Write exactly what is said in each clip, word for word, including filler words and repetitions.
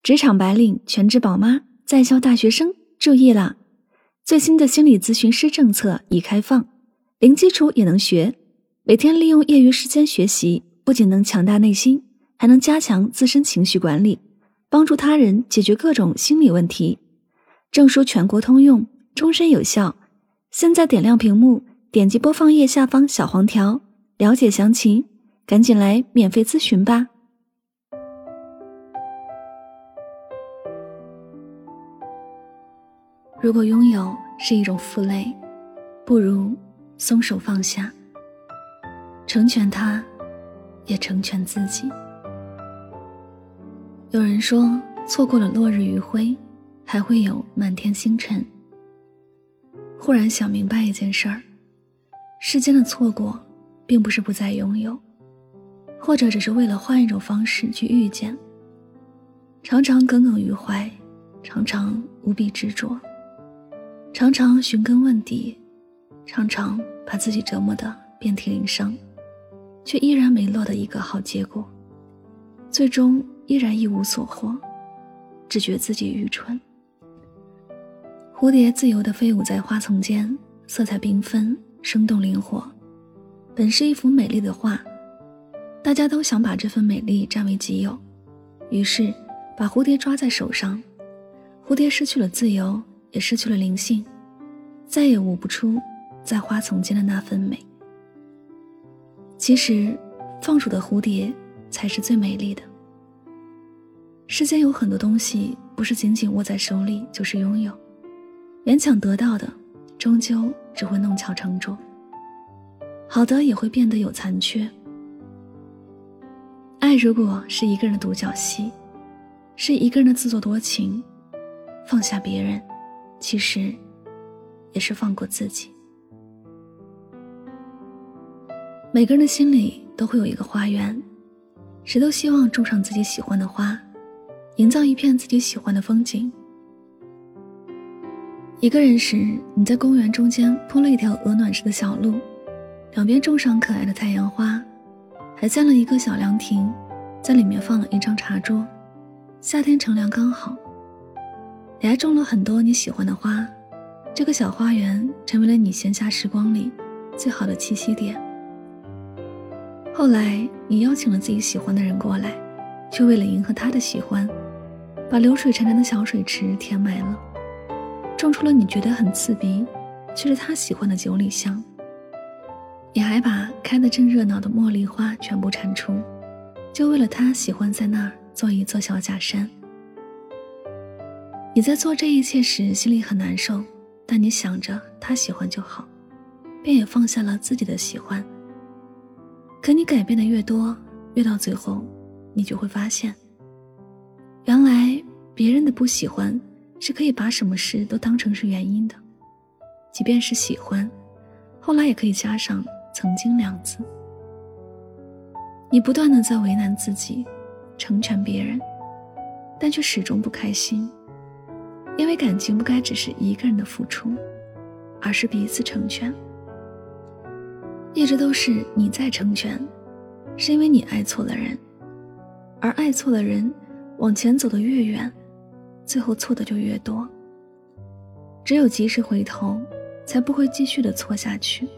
职场白领、全职宝妈、在校大学生，注意啦！最新的心理咨询师政策已开放，零基础也能学。每天利用业余时间学习，不仅能强大内心，还能加强自身情绪管理，帮助他人解决各种心理问题。证书全国通用，终身有效。现在点亮屏幕，点击播放页下方小黄条，了解详情，赶紧来免费咨询吧。如果拥有是一种负累，不如松手放下，成全他，也成全自己。有人说，错过了落日余晖，还会有满天星辰。忽然想明白一件事儿，世间的错过并不是不再拥有，或者只是为了换一种方式去遇见。常常耿耿于怀，常常无比执着，常常寻根问底，常常把自己折磨得遍体鳞伤，却依然没落得一个好结果，最终依然一无所获，只觉自己愚蠢。蝴蝶自由地飞舞在花丛间，色彩缤纷，生动灵活，本是一幅美丽的画，大家都想把这份美丽占为己有，于是把蝴蝶抓在手上。蝴蝶失去了自由，也失去了灵性，再也舞不出在花丛间的那份美。其实放手的蝴蝶才是最美丽的。世间有很多东西不是紧紧握在手里就是拥有，勉强得到的终究只会弄巧成拙，好的也会变得有残缺。爱如果是一个人的独角戏，是一个人的自作多情，放下别人其实也是放过自己。每个人的心里都会有一个花园，谁都希望种上自己喜欢的花，营造一片自己喜欢的风景。一个人时，你在公园中间铺了一条鹅卵石的小路，两边种上可爱的太阳花，还建了一个小凉亭，在里面放了一张茶桌，夏天乘凉刚好。你还种了很多你喜欢的花，这个小花园成为了你闲暇时光里最好的栖息点。后来你邀请了自己喜欢的人过来，却为了迎合他的喜欢，把流水潺潺的小水池填满了，种出了你觉得很刺鼻却是他喜欢的九里香。你还把开得正热闹的茉莉花全部铲除，就为了他喜欢在那儿做一座小假山。你在做这一切时心里很难受，但你想着他喜欢就好，便也放下了自己的喜欢。可你改变的越多，越到最后你就会发现，原来别人的不喜欢是可以把什么事都当成是原因的，即便是喜欢，后来也可以加上曾经两字。你不断地在为难自己，成全别人，但却始终不开心，因为感情不该只是一个人的付出，而是彼此成全。一直都是你在成全，是因为你爱错了人，而爱错了人，往前走得越远，最后错的就越多。只有及时回头，才不会继续的错下去。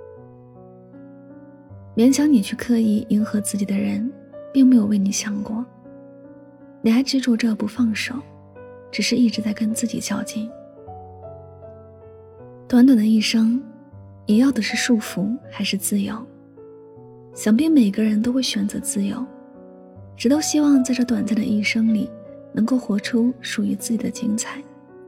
勉强你去刻意迎合自己的人，并没有为你想过，你还执着着不放手，只是一直在跟自己较劲。短短的一生，你要的是束缚还是自由？想必每个人都会选择自由，只都希望在这短暂的一生里能够活出属于自己的精彩。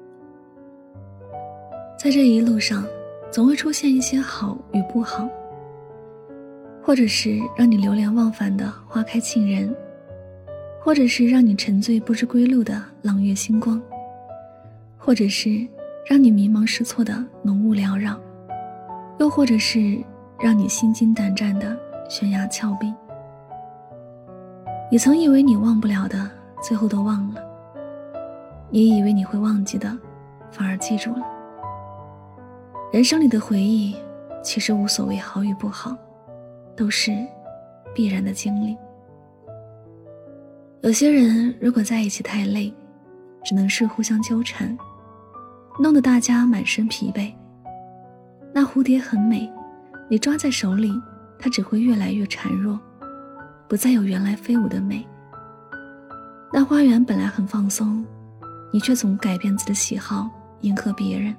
在这一路上，总会出现一些好与不好，或者是让你流连忘返的花开沁人，或者是让你沉醉不知归路的朗月星光，或者是让你迷茫失措的浓雾缭绕，又或者是让你心惊胆战的悬崖峭壁。你曾以为你忘不了的，最后都忘了；你以为你会忘记的，反而记住了。人生里的回忆，其实无所谓好与不好，都是必然的经历。 有些人如果在一起太累，只能是互相纠缠，弄得大家满身疲惫。那蝴蝶很美，你抓在手里，它只会越来越孱弱，不再有原来飞舞的美。那花园本来很放松，你却总改变自己的喜好，迎合别人。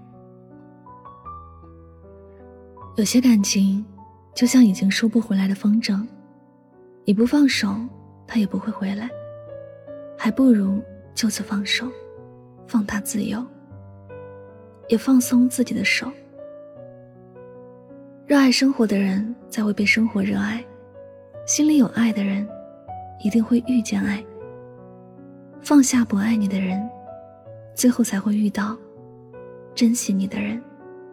有些感情就像已经收不回来的风筝，你不放手，它也不会回来，还不如就此放手，放它自由，也放松自己的手。热爱生活的人才会被生活热爱，心里有爱的人一定会遇见爱。放下不爱你的人，最后才会遇到珍惜你的人。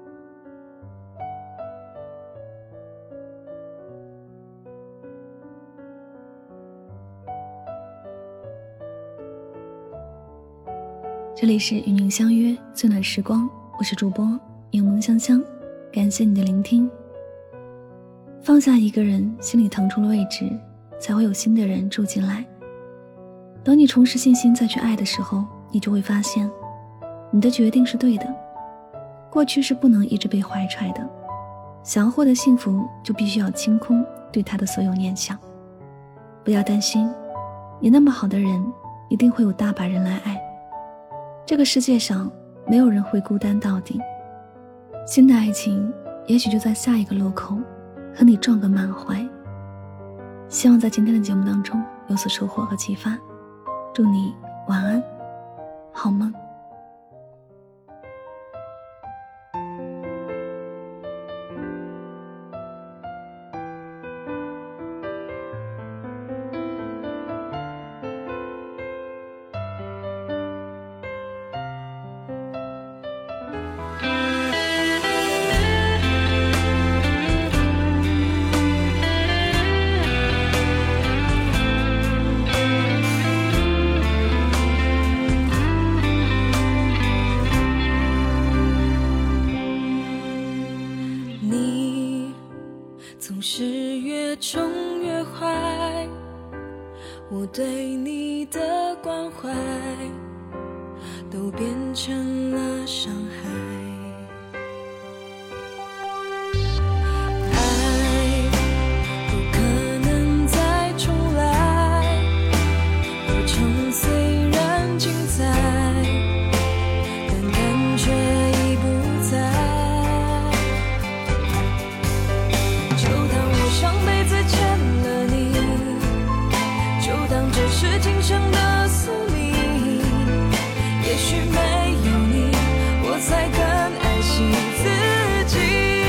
这里是与您相约最暖时光，我是主播柠檬香香，感谢你的聆听。放下一个人，心里腾出了位置，才会有新的人住进来。等你重拾信心再去爱的时候，你就会发现你的决定是对的。过去是不能一直被怀揣的，想要获得幸福，就必须要清空对他的所有念想。不要担心，你那么好的人，一定会有大把人来爱。这个世界上没有人会孤单到底，新的爱情也许就在下一个路口和你撞个满怀。希望在今天的节目当中有所收获和启发，祝你晚安，好梦。 总是越宠越坏，我对你的关怀都变成了伤害。爱不可能再重来，过程虽然精彩，但感觉已不在。上辈子欠了你，就当这是今生的宿命。也许没有你，我才更爱惜自己。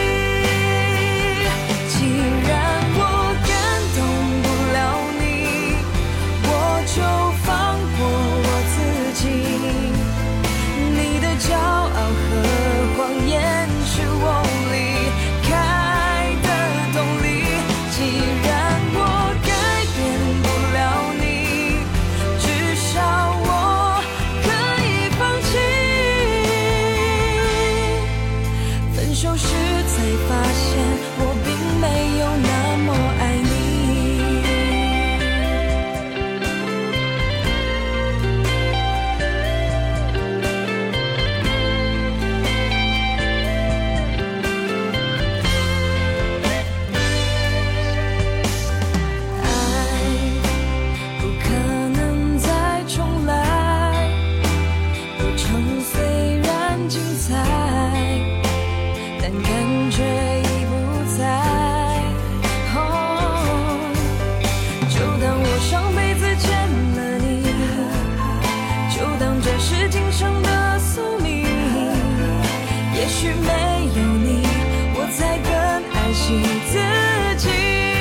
既然我感动不了你，我就放过我自己。你的骄傲和谎言是我离开的动力。既然我改变不了你，至少我可以放弃。分手时才发现，我并没有那么爱你。感觉已不在，哦，就当我上辈子欠了你，就当这是今生的宿命。也许没有你，我才更爱惜自己。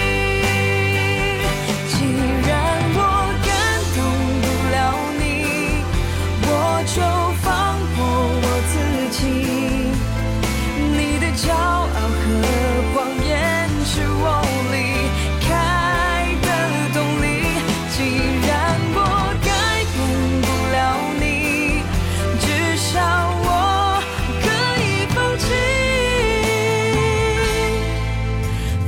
既然我感动不了你，我就放过我自己。骄傲和谎言是我离开的动力。既然我改变不了你，至少我可以放弃。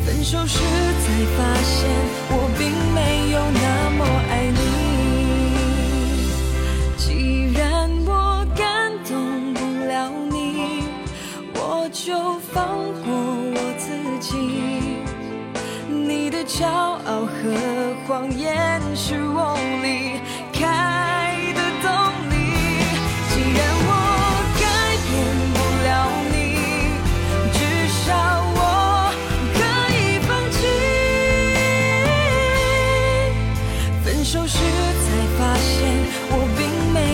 骄傲和谎言是我离开的动力。既然我改变不了你，至少我可以放弃。分手时才发现我并没